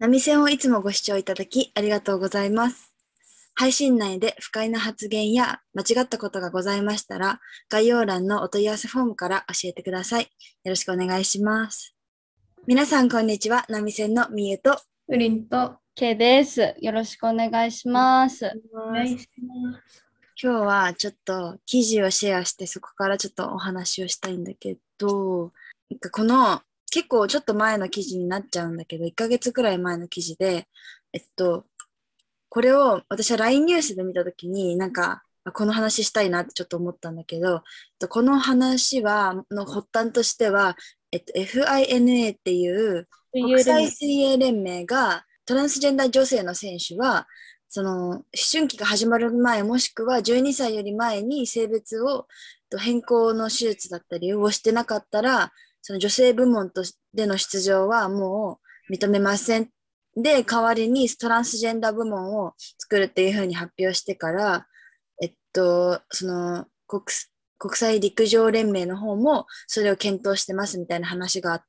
波線をいつもご視聴いただきありがとうございます。配信内で不快な発言や間違ったことがございましたら、概要欄のお問い合わせフォームから教えてください。よろしくお願いします。皆さん、こんにちは。波線のみゆとウリンと K です。よろしくお願いします。 お願いします。 今日はちょっと記事をシェアして、そこからちょっとお話をしたいんだけど、この結構ちょっと前の記事になっちゃうんだけど、1ヶ月くらい前の記事で、これを私は LINE ニュースで見たときに、この話したいなってちょっと思ったんだけど、この話の発端としては、FINA っていう国際水泳連盟がトランスジェンダー女性の選手は、その思春期が始まる前もしくは12歳より前に性別を変更の手術だったりをしてなかったら、その女性部門での出場はもう認めません。で、代わりにトランスジェンダー部門を作るっていうふうに発表してから、その国際陸上連盟の方もそれを検討してますみたいな話があって、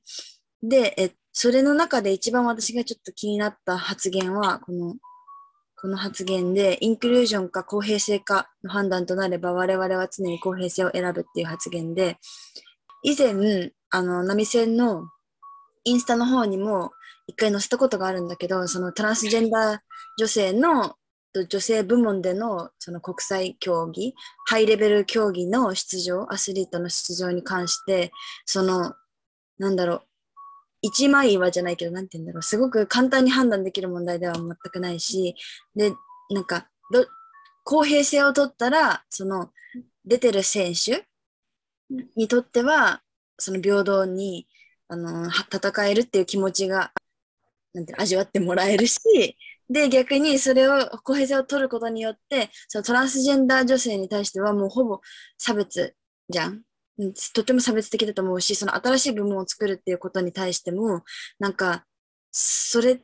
で、それの中で一番私がちょっと気になった発言は、この発言で、インクルージョンか公平性かの判断となれば、我々は常に公平性を選ぶっていう発言で、以前、波線のインスタの方にも一回載せたことがあるんだけど、そのトランスジェンダー女性の女性部門でのその国際競技、ハイレベル競技の出場、アスリートの出場に関して、一枚岩じゃないけど、なんて言うんだろう、すごく簡単に判断できる問題では全くないし、で、公平性を取ったら、その出てる選手にとっては、その平等に戦えるっていう気持ちが味わってもらえるし、で、逆にそれを、公平性を取ることによって、そのトランスジェンダー女性に対してはもうほぼ差別じゃん。とても差別的だと思うし、その新しい部門を作るっていうことに対しても、それって、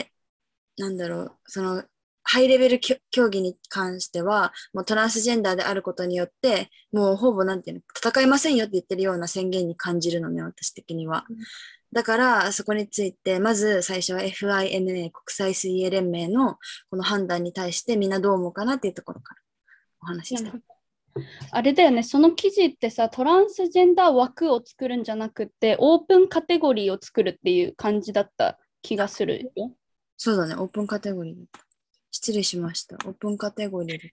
その、ハイレベル競技に関しては、もうトランスジェンダーであることによって、もうほぼ戦いませんよって言ってるような宣言に感じるのね、私的には。だから、そこについて、まず最初は FINA 国際水泳連盟のこの判断に対してみんなどう思うかなっていうところからお話しした。 あれだよね、その記事ってさ、トランスジェンダー枠を作るんじゃなくて、オープンカテゴリーを作るっていう感じだった気がするよ。 そうだね、オープンカテゴリーだった。失礼しました。オープンカテゴリーだった。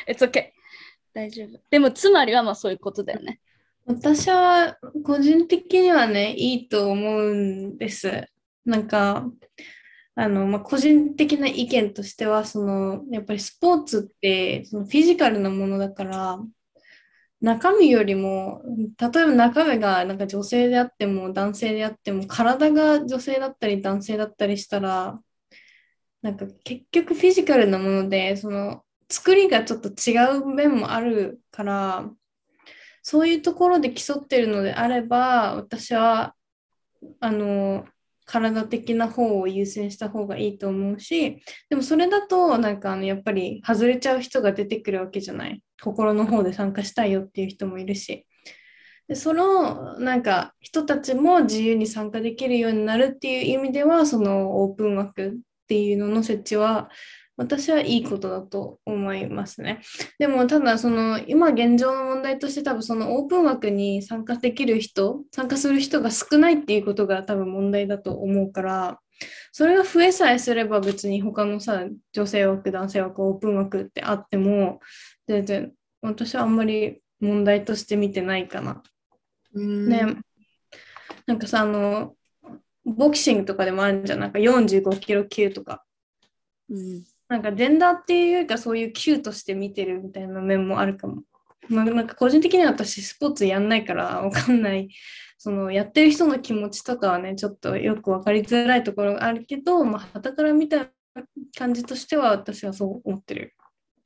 It's okay。大丈夫。でも、つまりはまあそういうことだよね。 私は個人的にはね、いいと思うんです。個人的な意見としては、やっぱりスポーツってそのフィジカルなものだから、中身よりも、例えば中身が女性であっても男性であっても、体が女性だったり男性だったりしたら、結局フィジカルなもので、その作りがちょっと違う面もあるから、そういうところで競ってるのであれば、私は、体的な方を優先した方がいいと思うし、でもそれだと、やっぱり外れちゃう人が出てくるわけじゃない。心の方で参加したいよっていう人もいるし。で、その、人たちも自由に参加できるようになるっていう意味では、そのオープン枠っていうのの設置は、私はいいことだと思いますね。でも、ただ、今現状の問題として多分そのオープン枠に参加する人が少ないっていうことが多分問題だと思うから、それが増えさえすれば別に他のさ、女性枠、男性枠、オープン枠ってあっても、全然私はあんまり問題として見てないかな。ね、ボクシングとかでもあるんじゃん。45キロ級とか。ジェンダーっていうよりかそういう級として見てるみたいな面もあるかも。個人的には私スポーツやんないからわかんない。やってる人の気持ちとかはね、ちょっとよくわかりづらいところがあるけど、傍から見た感じとしては私はそう思ってる。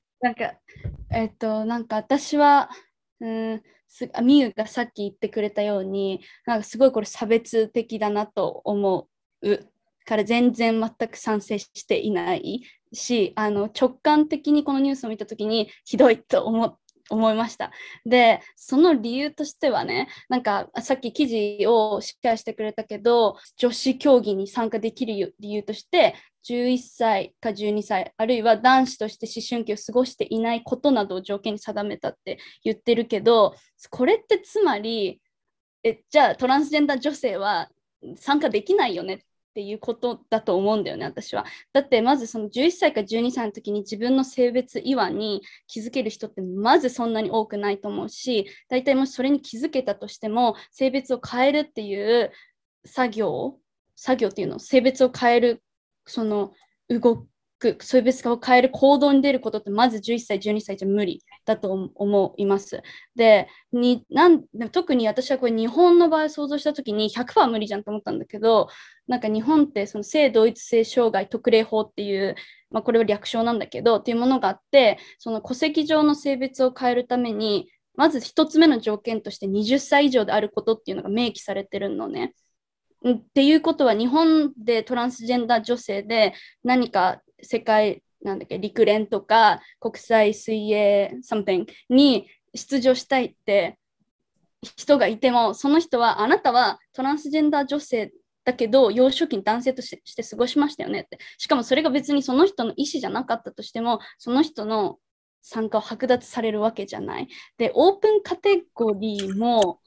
私は、みゆがさっき言ってくれたように、すごいこれ差別的だなと思うから全然全く賛成していないし、直感的にこのニュースを見たときにひどいと思っ思いました。で、その理由としてはね、なんかさっき記事をシェアしてくれたけど、女子競技に参加できる理由として、11歳か12歳、あるいは男子として思春期を過ごしていないことなどを条件に定めたって言ってるけど、これってつまり、じゃあトランスジェンダー女性は参加できないよねっていうことだと思うんだよね、私は。だってまずその11歳か12歳の時に自分の性別違和に気づける人ってまずそんなに多くないと思うし、大体もしそれに気づけたとしても性別を変えるっていう作業っていうの、性別を変えるその動く、性別を変える行動に出ることってまず11歳、12歳じゃ無理だと思います。で、特に私はこれ日本の場合想像したときに100%無理じゃんと思ったんだけど、なんか日本ってその性同一性障害特例法っていう、これは略称なんだけどっていうものがあって、その戸籍上の性別を変えるためにまず一つ目の条件として20歳以上であることっていうのが明記されてるのね。っていうことは日本でトランスジェンダー女性で何か世界なんだっけ陸連とか国際水泳 something に出場したいって人がいても、その人はあなたはトランスジェンダー女性だけど幼少期に男性として過ごしましたよねって、しかもそれが別にその人の意思じゃなかったとしてもその人の参加を剥奪されるわけじゃない。でオープンカテゴリーも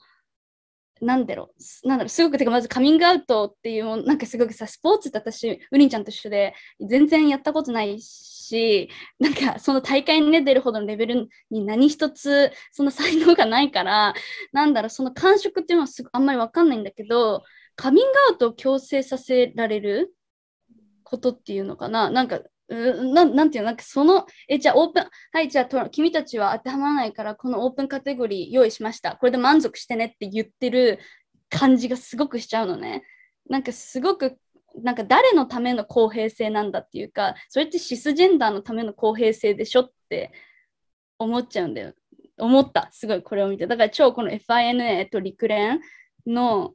すごく、てかまずカミングアウトっていうもなんかすごくさ、スポーツって私、ウリンちゃんと一緒で、全然やったことないし、なんかその大会に出るほどのレベルに何一つその才能がないから、その感触っていうのはあんまりわかんないんだけど、カミングアウトを強制させられることっていうのかな、なんていうの、なんかその、じゃあオープン、はい、じゃあ君たちは当てはまらないから、このオープンカテゴリー用意しました。これで満足してねって言ってる感じがすごくしちゃうのね。なんかすごく、なんか誰のための公平性なんだっていうか、それってシスジェンダーのための公平性でしょって思っちゃうんだよ。思った、すごいこれを見て。だから超この FINA と陸連の、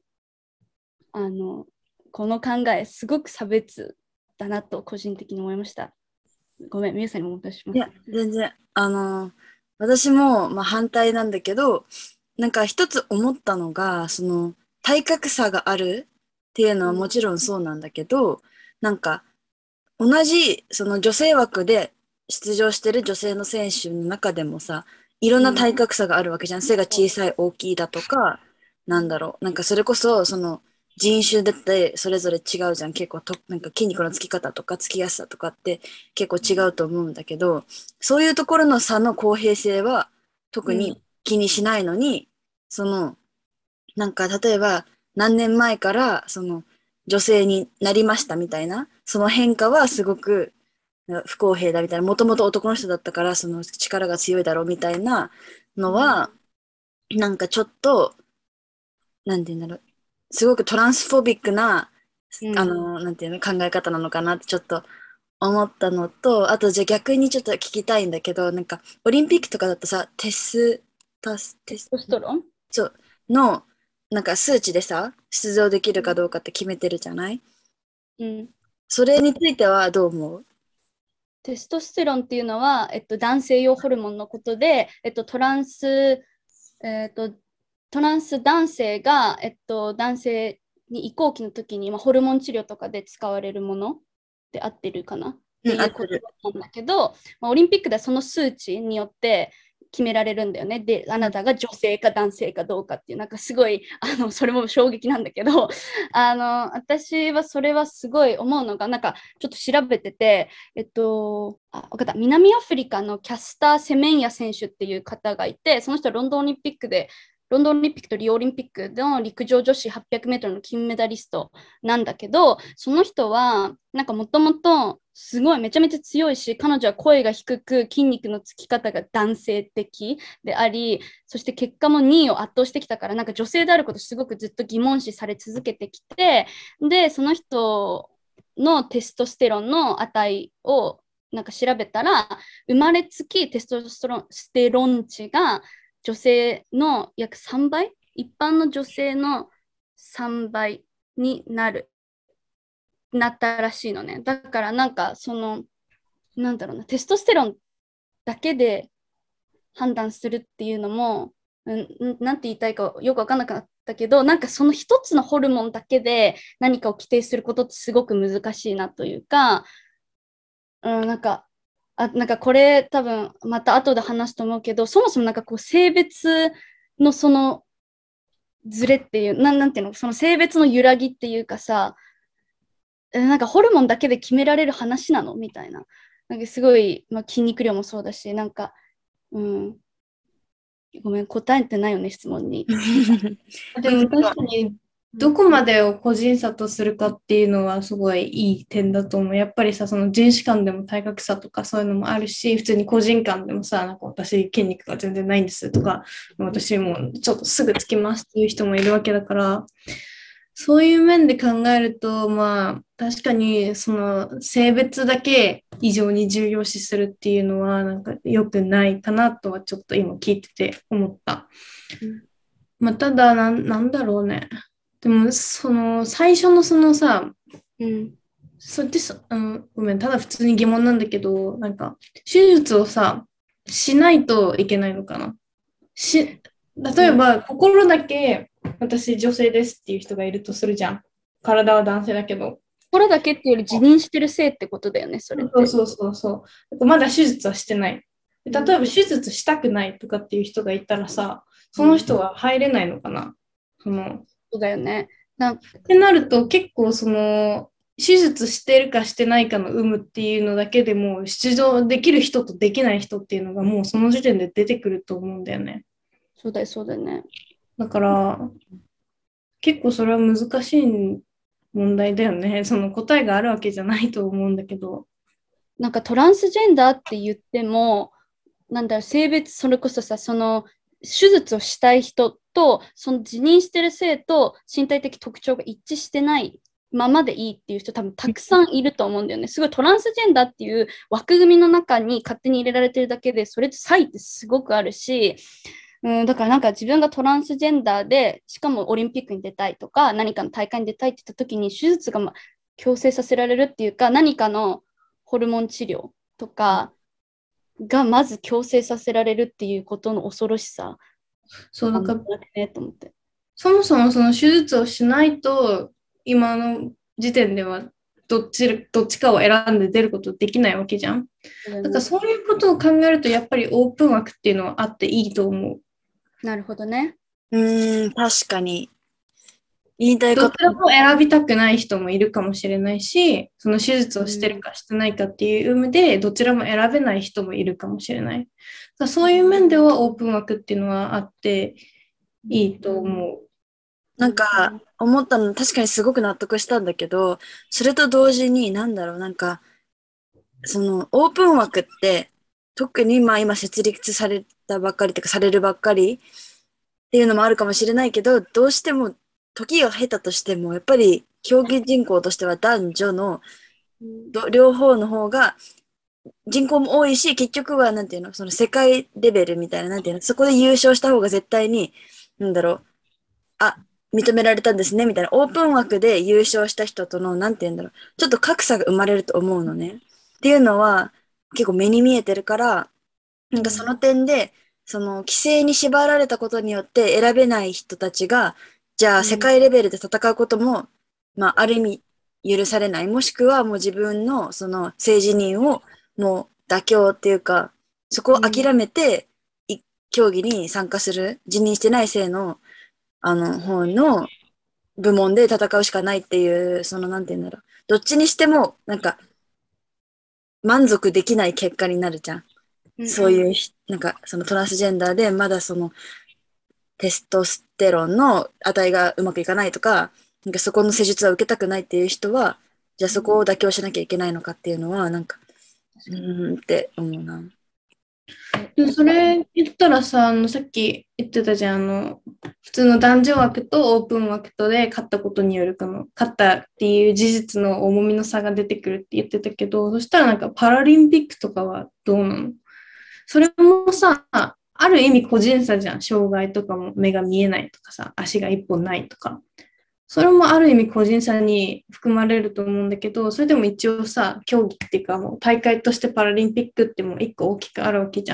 この考え、すごく差別だなと個人的に思いました。ごめん、みゆさんにもお渡しします。 いや、全然、私も、反対なんだけど、なんか一つ思ったのが、その、体格差があるっていうのはもちろんそうなんだけど、なんか、同じ、その女性枠で出場してる女性の選手の中でもさ、いろんな体格差があるわけじゃん。背が小さい、大きいだとか、なんかそれこそ、その、人種だってそれぞれ違うじゃん。結構なんか筋肉のつき方とかつきやすさとかって結構違うと思うんだけど、そういうところの差の公平性は特に気にしないのに、その、なんか例えば何年前からその女性になりましたみたいな、その変化はすごく不公平だみたいな、もともと男の人だったからその力が強いだろうみたいなのは、なんかちょっと、なんて言うんだろう、すごくトランスフォビックな、なんていうの、考え方なのかなってちょっと思ったのと、あとじゃあ逆にちょっと聞きたいんだけど、なんかオリンピックとかだとさ、テストストロンそうの、なんか数値でさ、出場できるかどうかって決めてるじゃない？それについてはどう思う？ テストステロンっていうのは、男性用ホルモンのことで、トランス男性が、男性に移行期の時に、ホルモン治療とかで使われるもので合ってるかなっていうことなんだけど、オリンピックではその数値によって決められるんだよね。で、あなたが女性か男性かどうかっていう、なんかすごい、それも衝撃なんだけど、私はそれはすごい思うのが、なんかちょっと調べてて、分かった。南アフリカのキャスター・セメンヤ選手っていう方がいて、その人はロンドンオリンピックとリオオリンピックの陸上女子800メートルの金メダリストなんだけど、その人はなんかもともとすごいめちゃめちゃ強いし、彼女は声が低く筋肉のつき方が男性的であり、そして結果も2位を圧倒してきたから、なんか女性であることすごくずっと疑問視され続けてきて、でその人のテストステロンの値をなんか調べたら、生まれつきテストステロン値が女性の約3倍、一般の女性の3倍になったらしいのね。だからなんかその、なんだろうな、テストステロンだけで判断するっていうのも、なんて言いたいかよく分かんなくなったけど、なんかその一つのホルモンだけで何かを規定することってすごく難しいなというか、なんかこれ多分また後で話すと思うけど、そもそもなんかこう性別のそのズレっていう、なんていうの、その性別の揺らぎっていうかさ、なんかホルモンだけで決められる話なのみたいな。なんかすごい、筋肉量もそうだし、なんか、ごめん、答えてないよね、質問に。 でも確かにどこまでを個人差とするかっていうのはすごいいい点だと思う。やっぱりさ、その人種間でも体格差とかそういうのもあるし、普通に個人間でもさ、なんか私筋肉が全然ないんですとか、私もうちょっとすぐつきますっていう人もいるわけだから、そういう面で考えると、確かにその性別だけ異常に重要視するっていうのはなんか良くないかなとはちょっと今聞いてて思った。ただなんだろうね。でもその最初のそのさ、それってごめん、ただ普通に疑問なんだけど、なんか手術をさ、しないといけないのかな。例えば、心だけ私女性ですっていう人がいるとするじゃん。体は男性だけど。 心だけっていうより自認してる性ってことだよね、それって。 そう。まだ手術はしてない。例えば手術したくないとかっていう人がいたらさ、その人は入れないのかな。 そうだよね。 ってなると結構その手術してるかしてないかの有無っていうのだけでも出場できる人とできない人っていうのがもうその時点で出てくると思うんだよね。 そうだよね。 だから結構それは難しい問題だよね。その答えがあるわけじゃないと思うんだけど。 なんかトランスジェンダーって言っても、性別、それこそさ、その手術をしたい人と、その自認してる性と身体的特徴が一致してないままでいいっていう人多分たくさんいると思うんだよね。すごいトランスジェンダーっていう枠組みの中に勝手に入れられてるだけで、それって差異ってすごくあるし、だからなんか自分がトランスジェンダーで、しかもオリンピックに出たいとか、何かの大会に出たいって言った時に、手術が強制させられるっていうか、何かのホルモン治療とかがまず強制させられるっていうことの恐ろしさ。 そう、なんか、 と思って。 そもそもその手術をしないと、今の時点ではどっちかを選んで出ることできないわけじゃん。だからそういうことを考えると、やっぱりオープン枠っていうのはあっていいと思う。 なるほどね。 確かに。言いたいこと。どちらも選びたくない人もいるかもしれないし、その手術をしてるかしてないかっていう意味で、どちらも選べない人もいるかもしれない。そういう面ではオープン枠っていうのはあっていいと思う。 なんか思ったの、確かにすごく納得したんだけど、それと同時にそのオープン枠って特に今設立されたばっかりとかされるばっかりっていうのもあるかもしれないけど、どうしても時が経ったとしてもやっぱり競技人口としては男女の両方の方が人口も多いし、結局はその世界レベルみたいな、そこで優勝した方が絶対に認められたんですねみたいな、オープン枠で優勝した人とのちょっと格差が生まれると思うのね。っていうのは結構目に見えてるから、その点でその規制に縛られたことによって選べない人たちが、じゃあ世界レベルで戦うことも、ある意味許されない、もしくはもう自分のその性自認をもう妥協っていうか、そこを諦めて、競技に参加する、自認してない性の方の部門で戦うしかないっていう、どっちにしても満足できない結果になるじゃん。そういうそのトランスジェンダーでまだそのテストステロンの値がうまくいかないとか、そこの施術は受けたくないっていう人は、じゃあそこを妥協しなきゃいけないのかっていうのはって思うな。 それ言ったらさ、さっき言ってたじゃん、普通の男女枠とオープン枠とで勝ったことによる勝ったっていう事実の重みの差が出てくるって言ってたけど、そしたらパラリンピックとかはどうなの？それもさ、ある意味個人差じゃん。障害とかも目が見えないとかさ、足が一本ないとか。それもある意味個人差に含まれると思うんだけど、それでも一応さ、競技っていうかもう大会としてパラリンピックってもう一個大きくあるわけじゃん。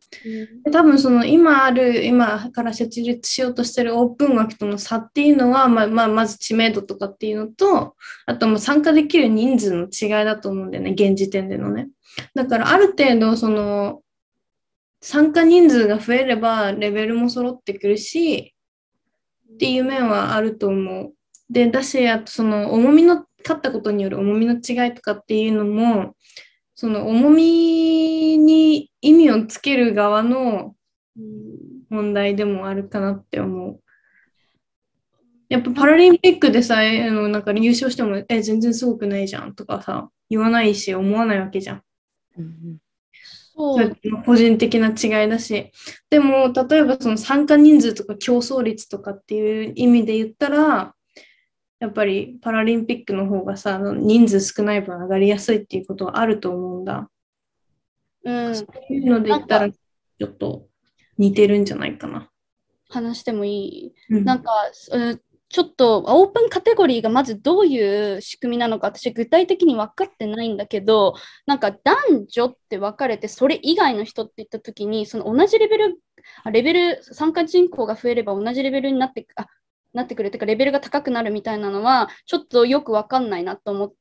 で多分その今から設立しようとしてるオープン枠との差っていうのは、まず知名度とかっていうのと、あともう参加できる人数の違いだと思うんだよね、現時点でのね。だからある程度その参加人数が増えればレベルも揃ってくるしっていう面はあると思う。で、だし、あとその勝ったことによる重みの違いとかっていうのも、その重みに意味をつける側の問題でもあるかなって思う。やっぱパラリンピックでさ、なんか優勝しても、全然すごくないじゃんとかさ、言わないし、思わないわけじゃん。それ個人的な違いだし。でも、例えばその参加人数とか競争率とかっていう意味で言ったら、やっぱりパラリンピックの方がさ、人数少ない分上がりやすいっていうことはあると思うんだ。そういうので言ったら、ちょっと似てるんじゃないかな。 話してもいい、なんか、ちょっとオープンカテゴリーがまずどういう仕組みなのか私具体的に分かってないんだけど、なんか男女って分かれてそれ以外の人って言った時にその同じレベル参加人口が増えれば同じレベルになってくるっていうかレベルが高くなるみたいなのはちょっとよく分かんないなと思って、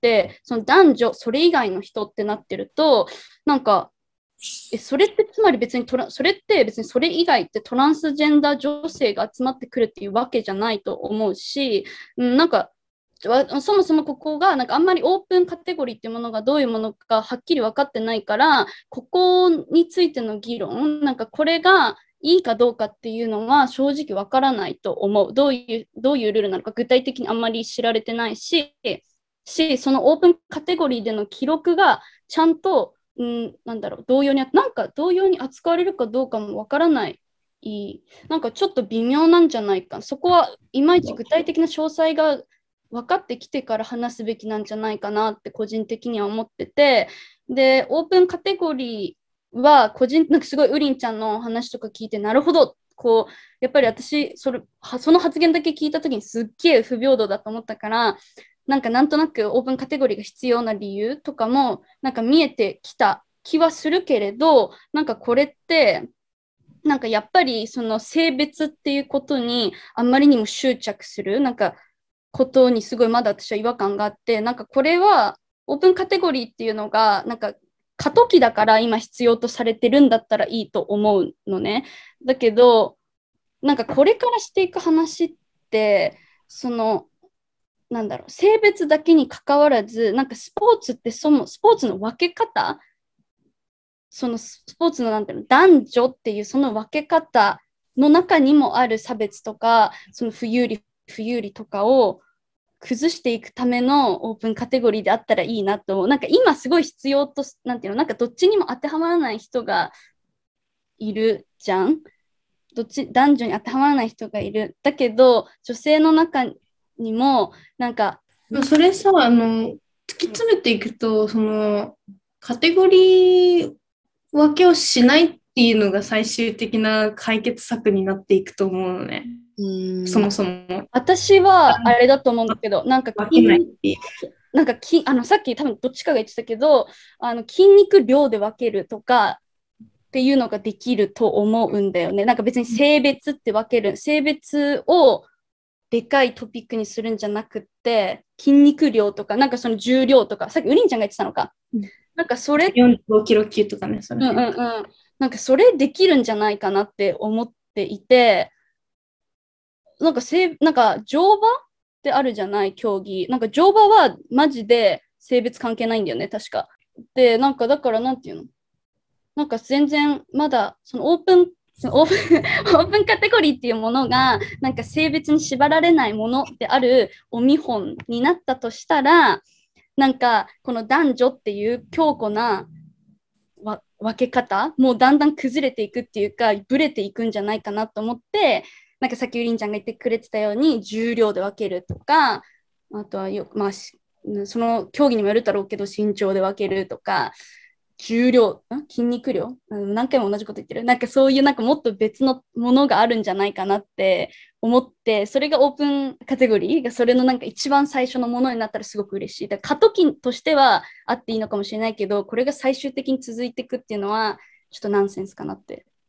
その男女それ以外の人ってなってるとなんかそれってつまり別にそれって別にそれ以外ってトランスジェンダー女性が集まってくるっていうわけじゃないと思うし、なんかそもそもここがなんかあんまりオープンカテゴリーっていうものがどういうものかはっきり分かってないから、ここについての議論、なんかこれがいいかどうかっていうのは正直分からないと思う。どういうルールなのか具体的にあんまり知られてないし、そのオープンカテゴリーでの記録がちゃんと同様に扱われるかどうかもわからない。なんかちょっと微妙なんじゃないか。そこはいまいち具体的な詳細が分かってきてから話すべきなんじゃないかなって個人的には思ってて、で、オープンカテゴリーはなんかすごいウリンちゃんの話とか聞いて、なるほど、やっぱり私その発言だけ聞いたときにすっげえ不平等だと思ったから、なんとなくオープンカテゴリーが必要な理由とかもなんか見えてきた気はするけれど、なんかこれってなんかやっぱりその性別っていうことにあんまりにも執着するなんかことにすごいまだ私は違和感があって、なんかこれはオープンカテゴリーっていうのがなんか過渡期だから今必要とされてるんだったらいいと思うのね。だけどなんかこれからしていく話ってその性別だけに関わらず、なんかスポーツってスポーツの分け方、そのスポーツの男女っていうその分け方の中にもある差別とか、その不有利とかを崩していくためのオープンカテゴリーであったらいいなと思う。なんか今すごい必要と、なんかどっちにも当てはまらない人がいるじゃん。男女に当てはまらない人がいる。だけど、女性の中にもなんかそれさ、突き詰めていくと、そのカテゴリー分けをしないっていうのが最終的な解決策になっていくと思うのね。そもそも。 私はあれだと思うんだけど、なんかさっき多分どっちかが言ってたけど、筋肉量で分けるとかっていうのができると思うんだよね。なんか別に性別って分ける、性別をでかいトピックにするんじゃなくて、筋肉量とか、なんかその重量とか、さっきウリンちゃんが言ってたのか。なんかそれ、 45キロ級とかね、それ。 なんかそれできるんじゃないかなって思っていて、なんか乗馬ってあるじゃない競技。なんか乗馬はマジで性別関係ないんだよね、確か。で、なんかだからなんていうのなんか全然まだそのオープンカテゴリーっていうものがなんか性別に縛られないものであるお見本になったとしたら、なんかこの男女っていう強固な分け方もうだんだん崩れていくっていうかブレていくんじゃないかなと思って、なんかさっきゆりんちゃんが言ってくれてたように重量で分けるとか、あとはその競技にもよるだろうけど身長で分けるとか、重量、筋肉量、何回も同じこと言ってる。なんかそういうなんかもっと別のものがあるんじゃないかなって思って、それがオープンカテゴリーがそれのなんか一番最初のものになったらすごく嬉しい。だから過渡期としてはあっていいのかもしれないけど、これが最終的に続いていくっていうのはちょっとナンセンスかなって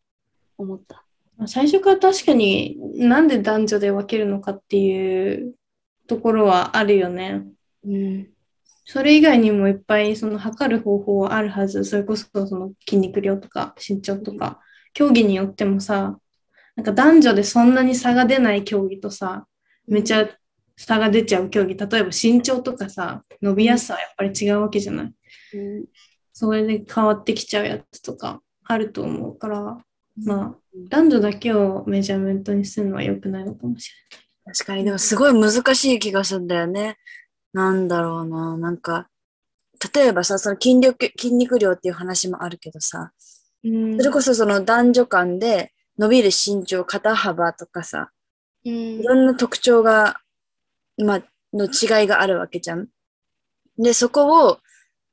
思った。 最初から確かになんで男女で分けるのかっていうところはあるよね。 うん、 それ以外にもいっぱいその測る方法はあるはず。それこそその筋肉量とか身長とか、競技によってもさ、なんか男女でそんなに差が出ない競技とさ、めちゃ差が出ちゃう競技、例えば身長とかさ、伸びやすさはやっぱり違うわけじゃない。それで変わってきちゃうやつとかあると思うから、まあ、男女だけをメジャーメントにするのは良くないのかもしれない。 確かに、でもすごい難しい気がするんだよね。なんだろうな。なんか、例えばさ、その筋肉量っていう話もあるけどさ、それこそその男女間で伸びる身長、肩幅とかさ、いろんな特徴が、まあ、の違いがあるわけじゃん。で、そこを、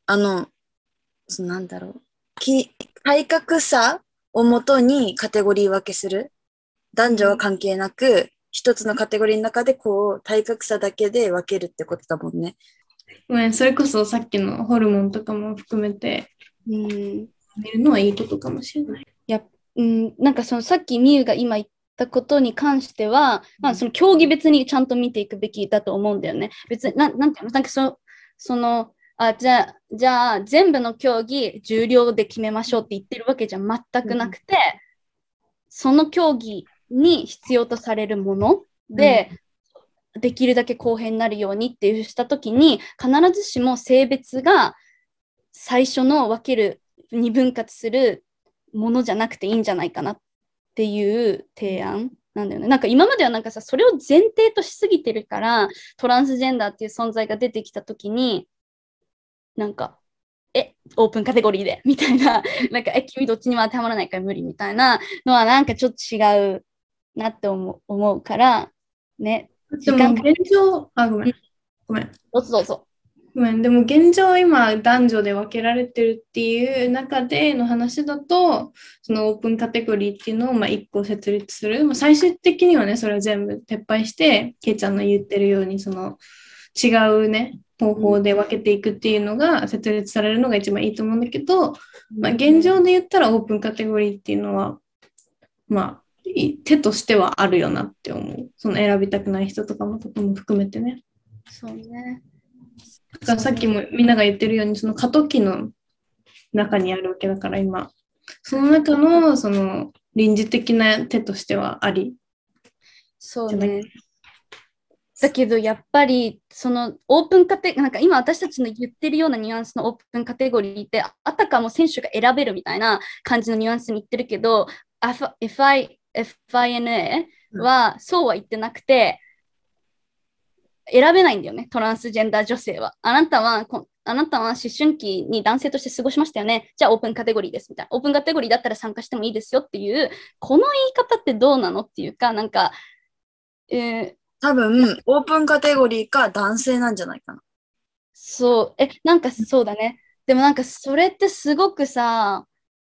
なんだろう、体格差をもとにカテゴリー分けする。男女は関係なく、一つのカテゴリーの中でこう、体格差だけで分けるってことだもんね。 ごめん、それこそさっきのホルモンとかも含めて、見るのはいいことかもしれない。 なんかそのさっきみゆが今言ったことに関しては、まあ、その競技別にちゃんと見ていくべきだと思うんだよね。別に、なんていうの、なんかじゃあ全部の競技重量で決めましょうって言ってるわけじゃ全くなくて、その競技に必要とされるもので、できるだけ公平になるようにっていうしたときに、必ずしも性別が最初の分ける、二分割するものじゃなくていいんじゃないかなっていう提案なんだよね。なんか今まではなんかさ、それを前提としすぎてるから、トランスジェンダーっていう存在が出てきたときに、なんか、オープンカテゴリーでみたいな、なんか、君どっちにも当てはまらないから無理みたいなのはなんかちょっと違うなって思うから、ね。 でも現状、ごめん。 どうぞどうぞ。 ごめん、でも現状今男女で分けられてるっていう中での話だと、そのオープンカテゴリーっていうのを1個設立する。最終的にはね、それは全部撤廃して、ケイちゃんの言ってるように、その違うね、方法で分けていくっていうのが設立されるのが一番いいと思うんだけど、現状で言ったらオープンカテゴリーっていうのは、手としてはあるよなって思う。その選びたくない人とかも含めてね。 そうね。 だからさっきもみんなが言ってるように、その過渡期の中にあるわけだから今、その中のその臨時的な手としてはあり。 そうね。だけどやっぱりそのオープンなんか今私たちの言ってるようなニュアンスのオープンカテゴリーってあたかも選手が選べるみたいな感じのニュアンスに言ってるけど、FINA はそうは言ってなくて、選べないんだよね、トランスジェンダー女性は。あなたは思春期に男性として過ごしましたよね。じゃあオープンカテゴリーですみたいな。オープンカテゴリーだったら参加してもいいですよっていう、この言い方ってどうなのっていうか、なんか、 多分、オープンカテゴリーか男性なんじゃないかな。 そう、なんかそうだね。でもなんかそれってすごくさ、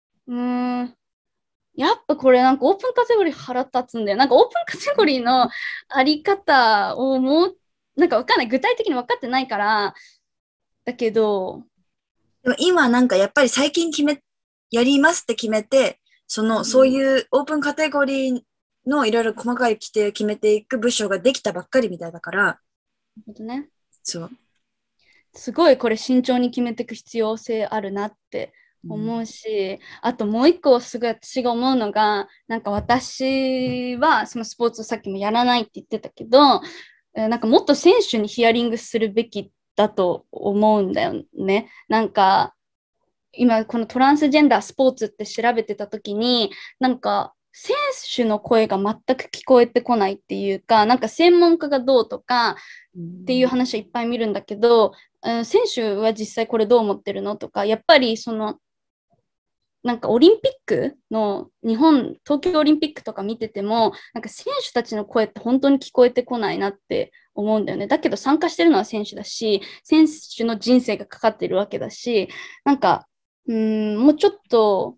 やっぱこれなんかオープンカテゴリー腹立つんだよ。なんかオープンカテゴリーのあり方をなんかわかんない。具体的に分かってないから、だけど。 でも今なんかやっぱり最近やりますって決めて、そういうオープンカテゴリーのいろいろ細かい規定を決めていく部署ができたばっかりみたいだから。なるほどね。 そう。 すごいこれ慎重に決めていく必要性あるなって思うし、あともう一個すごい私が思うのが、なんか私はそのスポーツをさっきもやらないって言ってたけど、なんかもっと選手にヒアリングするべきだと思うんだよね。なんか今このトランスジェンダースポーツって調べてた時に、なんか選手の声が全く聞こえてこないっていうか、なんか専門家がどうとかっていう話はいっぱい見るんだけど、選手は実際これどう思ってるのとか、やっぱりなんかオリンピックの東京オリンピックとか見てても、なんか選手たちの声って本当に聞こえてこないなって思うんだよね。だけど参加してるのは選手だし、選手の人生がかかってるわけだし、なんか、もうちょっと、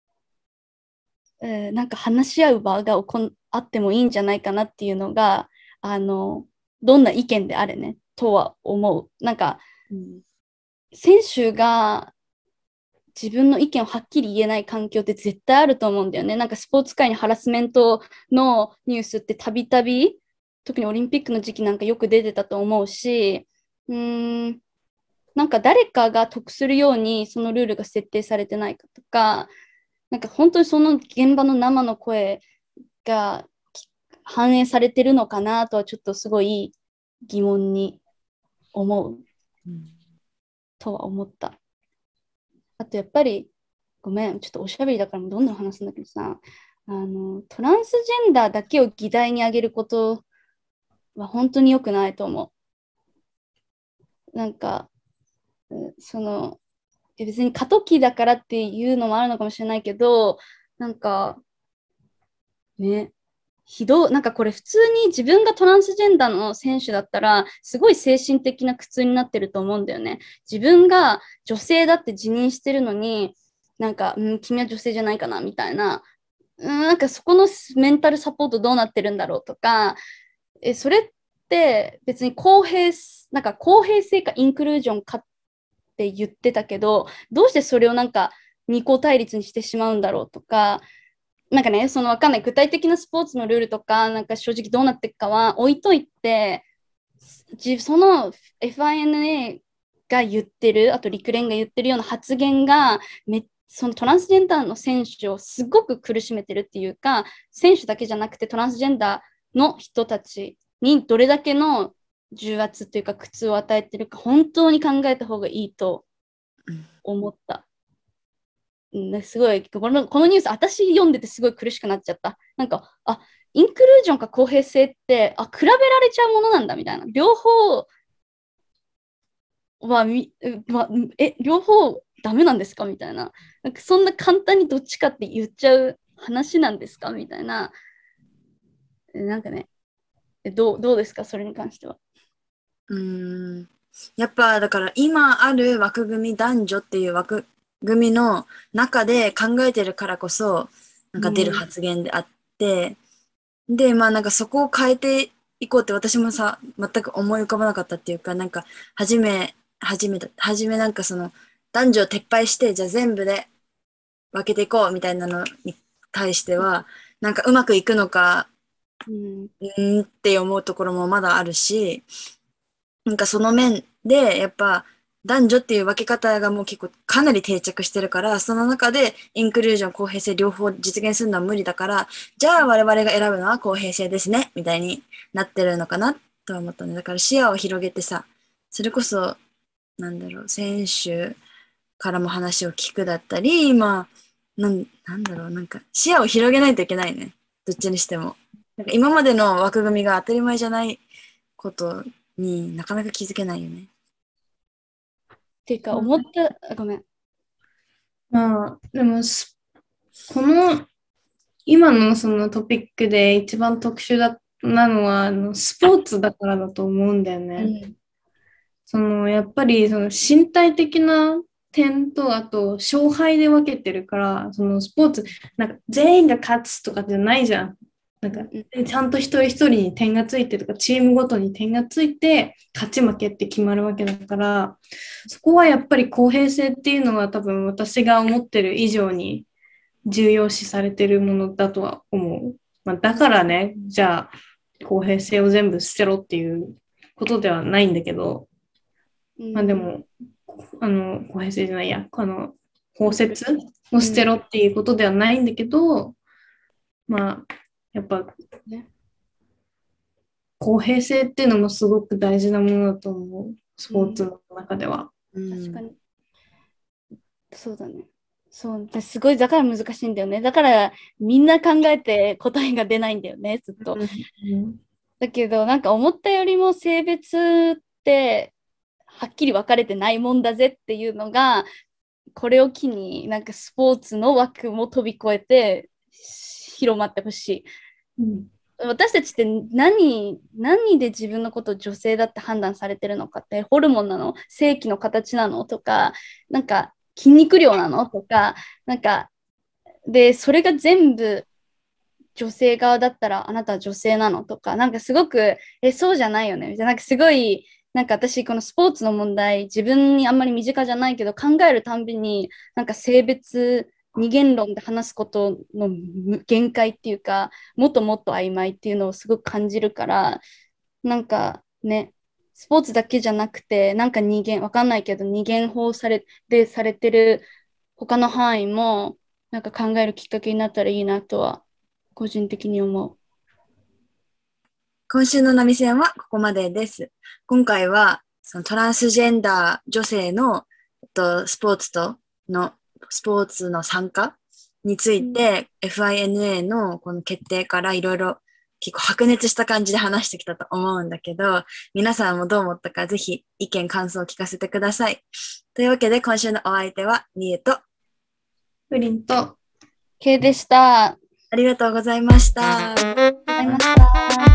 なんか話し合う場があってもいいんじゃないかなっていうのが、どんな意見であれね、とは思う。なんか、選手が自分の意見をはっきり言えない環境って絶対あると思うんだよね。なんかスポーツ界にハラスメントのニュースってたびたび、特にオリンピックの時期なんかよく出てたと思うし、なんか誰かが得するようにそのルールが設定されてないかとか、なんか本当にその現場の生の声が反映されてるのかなとはちょっとすごい疑問に思うとは思った。あとやっぱり、ごめん、ちょっとおしゃべりだからどんどん話すんだけどさ、トランスジェンダーだけを議題に上げることは本当に良くないと思う。なんか、別に過渡期だからっていうのもあるのかもしれないけど、なんか、ね、なんかこれ普通に自分がトランスジェンダーの選手だったら、すごい精神的な苦痛になってると思うんだよね。自分が女性だって自認してるのに、なんか、君は女性じゃないかなみたいな、なんかそこのメンタルサポートどうなってるんだろうとか、それって別になんか公平性かインクルージョンかって言ってたけど、どうしてそれをなんか二項対立にしてしまうんだろうとか、なんかね、わかんない具体的なスポーツのルールとか、なんか正直どうなっていくかは置いといて、その FINA が言ってる、あと陸連が言ってるような発言がそのトランスジェンダーの選手をすごく苦しめてるっていうか、選手だけじゃなくてトランスジェンダーの人たちにどれだけの重圧というか苦痛を与えてるか、本当に考えた方がいいと思った。すごいこのニュース、私読んでてすごい苦しくなっちゃった。なんか、インクルージョンか公平性って、比べられちゃうものなんだみたいな。両方は、両方ダメなんですかみたいな。なんかそんな簡単にどっちかって言っちゃう話なんですかみたいな。なんかね、どうですかそれに関しては。 やっぱだから今ある枠組み、男女っていう枠組みの中で考えてるからこそなんか出る発言であって、でまあなんかそこを変えていこうって私もさ全く思い浮かばなかったっていうか、なんか初めなんかその男女を撤廃してじゃあ全部で分けていこうみたいなのに対してはなんかうまくいくのかって思うところもまだあるし、なんかその面でやっぱ男女っていう分け方がもう結構かなり定着してるから、その中でインクルージョン公平性両方実現するのは無理だから、じゃあ我々が選ぶのは公平性ですねみたいになってるのかなとは思ったね。だから視野を広げてさ、それこそなんだろう、選手からも話を聞くだったり、まあなんだろう、なんか視野を広げないといけないね、どっちにしても。なんか今までの枠組みが当たり前じゃないことになかなか気づけないよね。 っていうか、ごめん。 まあ、でも、この今のそのトピックで一番特殊なのはスポーツだからだと思うんだよね。やっぱりその身体的な点とあと勝敗で分けてるから、そのスポーツなんか全員が勝つとかじゃないじゃん。なんかちゃんと一人一人に点がついてとかチームごとに点がついて勝ち負けって決まるわけだから、そこはやっぱり公平性っていうのは多分私が思ってる以上に重要視されてるものだとは思う。だからね、じゃあ公平性を全部捨てろっていうことではないんだけど、でも公平性じゃないや、包摂を捨てろっていうことではないんだけど、やっぱ、ね、公平性っていうのもすごく大事なものだと思う、スポーツの中では。 確かに。そうだね。すごい、だから難しいんだよね。だからみんな考えて答えが出ないんだよね、ずっと。だけど、なんか思ったよりも性別ってはっきり分かれてないもんだぜっていうのが、これを機になんかスポーツの枠も飛び越えて広まってほしい。私たちって何で自分のことを女性だって判断されてるのかって、ホルモンなの、性器の形なのとか、なんか筋肉量なのとか、なんかでそれが全部女性側だったらあなたは女性なのとか、なんかすごくそうじゃないよねみたいな、なんかすごいなんか私このスポーツの問題自分にあんまり身近じゃないけど考えるたんびになんか性別二元論で話すことの限界っていうかもっともっと曖昧っていうのをすごく感じるからなんかねスポーツだけじゃなくてなんか二元わかんないけど二元法されてる他の範囲もなんか考えるきっかけになったらいいなとは個人的に思う。 今週の波線はここまでです。今回はそのトランスジェンダー女性の、スポーツの参加について、FINA のこの決定からいろいろ結構白熱した感じで話してきたと思うんだけど、皆さんもどう思ったかぜひ意見感想を聞かせてください。というわけで今週のお相手はニエとプリント K でした。 ありがとうございました。 ありがとうございました。